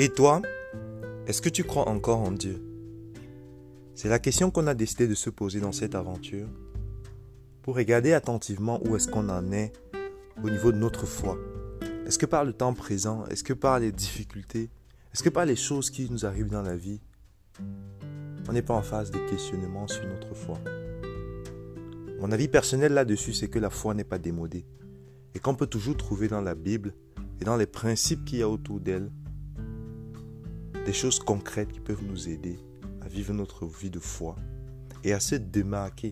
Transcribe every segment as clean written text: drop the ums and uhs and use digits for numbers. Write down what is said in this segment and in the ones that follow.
Et toi, est-ce que tu crois encore en Dieu? C'est la question qu'on a décidé de se poser dans cette aventure pour regarder attentivement où est-ce qu'on en est au niveau de notre foi. Est-ce que par le temps présent, est-ce que par les difficultés, est-ce que par les choses qui nous arrivent dans la vie, on n'est pas en phase de questionnement sur notre foi? Mon avis personnel là-dessus, c'est que la foi n'est pas démodée et qu'on peut toujours trouver dans la Bible et dans les principes qu'il y a autour d'elle des choses concrètes qui peuvent nous aider à vivre notre vie de foi et à se démarquer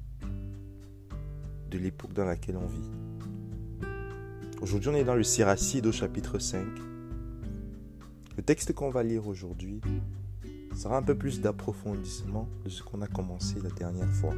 de l'époque dans laquelle on vit. Aujourd'hui, on est dans le Siracide au chapitre 5. Le texte qu'on va lire aujourd'hui sera un peu plus d'approfondissement de ce qu'on a commencé la dernière fois.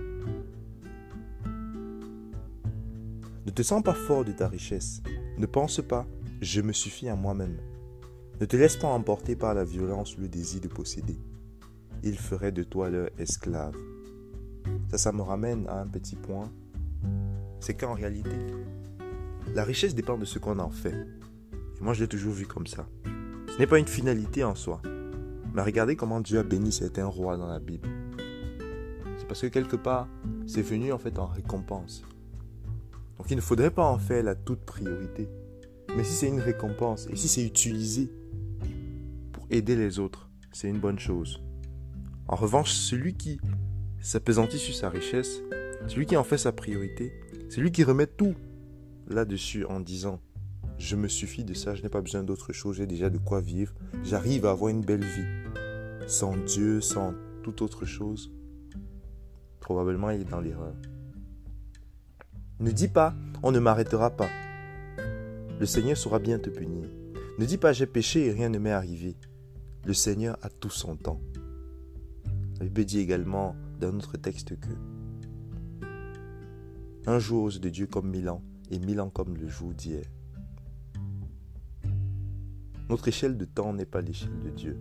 Ne te sens pas fort de ta richesse. Ne pense pas « je me suffis à moi-même ». Ne te laisse pas emporter par la violence ou le désir de posséder. Ils feraient de toi leur esclave. Ça me ramène à un petit point. C'est qu'en réalité, la richesse dépend de ce qu'on en fait. Et moi, je l'ai toujours vu comme ça. Ce n'est pas une finalité en soi. Mais regardez comment Dieu a béni certains rois dans la Bible. C'est parce que quelque part, c'est venu en fait en récompense. Donc il ne faudrait pas en faire la toute priorité. Mais si c'est une récompense et si c'est utilisé pour aider les autres, c'est une bonne chose. En revanche, celui qui s'appesantit sur sa richesse, celui qui en fait sa priorité, celui qui remet tout là-dessus en disant « je me suffis de ça, je n'ai pas besoin d'autre chose, j'ai déjà de quoi vivre, j'arrive à avoir une belle vie. Sans Dieu, sans toute autre chose, probablement il est dans l'erreur. » Ne dis pas « on ne m'arrêtera pas ». Le Seigneur saura bien te punir. Ne dis pas « j'ai péché et rien ne m'est arrivé ». Le Seigneur a tout son temps. La Bible dit également dans notre texte que un jour aux yeux de Dieu comme 1000 ans et 1000 ans comme le jour d'hier. Notre échelle de temps n'est pas l'échelle de Dieu.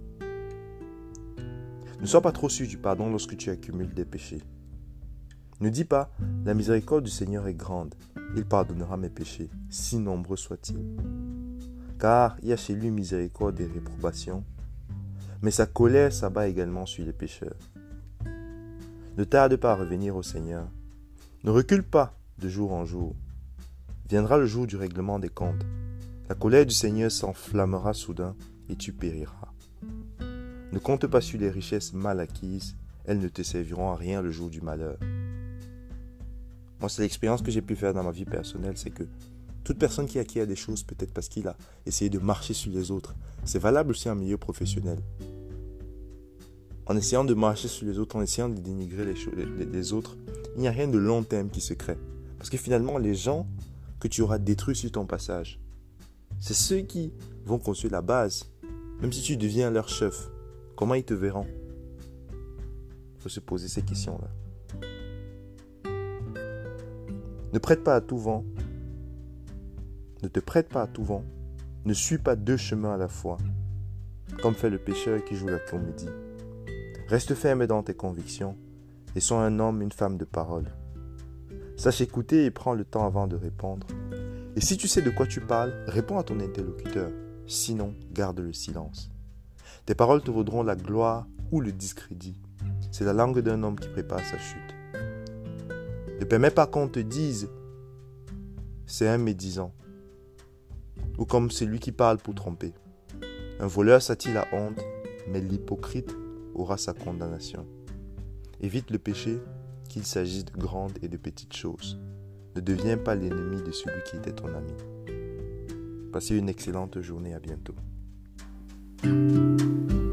Ne sois pas trop sûr du pardon lorsque tu accumules des péchés. Ne dis pas « la miséricorde du Seigneur est grande, il pardonnera mes péchés, si nombreux soient-ils. » Car il y a chez lui miséricorde et réprobation, mais sa colère s'abat également sur les pécheurs. Ne tarde pas à revenir au Seigneur. Ne recule pas de jour en jour. Viendra le jour du règlement des comptes. La colère du Seigneur s'enflammera soudain et tu périras. Ne compte pas sur les richesses mal acquises, elles ne te serviront à rien le jour du malheur. Moi, c'est l'expérience que j'ai pu faire dans ma vie personnelle, c'est que toute personne qui acquiert des choses, peut-être parce qu'il a essayé de marcher sur les autres, c'est valable aussi en milieu professionnel. En essayant de marcher sur les autres, en essayant de dénigrer les autres, il n'y a rien de long terme qui se crée. Parce que finalement, les gens que tu auras détruits sur ton passage, c'est ceux qui vont construire la base. Même si tu deviens leur chef, comment ils te verront? Il faut se poser ces questions-là. Ne prête pas à tout vent. Ne te prête pas à tout vent. Ne suis pas deux chemins à la fois, comme fait le pécheur qui joue la comédie. Reste ferme dans tes convictions et sois un homme, une femme de parole. Sache écouter et prends le temps avant de répondre. Et si tu sais de quoi tu parles, réponds à ton interlocuteur. Sinon, garde le silence. Tes paroles te vaudront la gloire ou le discrédit. C'est la langue d'un homme qui prépare sa chute. Ne permets pas qu'on te dise « c'est un médisant » ou comme celui qui parle pour tromper. Un voleur s'attire la honte, mais l'hypocrite aura sa condamnation. Évite le péché, qu'il s'agisse de grandes et de petites choses. Ne deviens pas l'ennemi de celui qui était ton ami. Passez une excellente journée, à bientôt.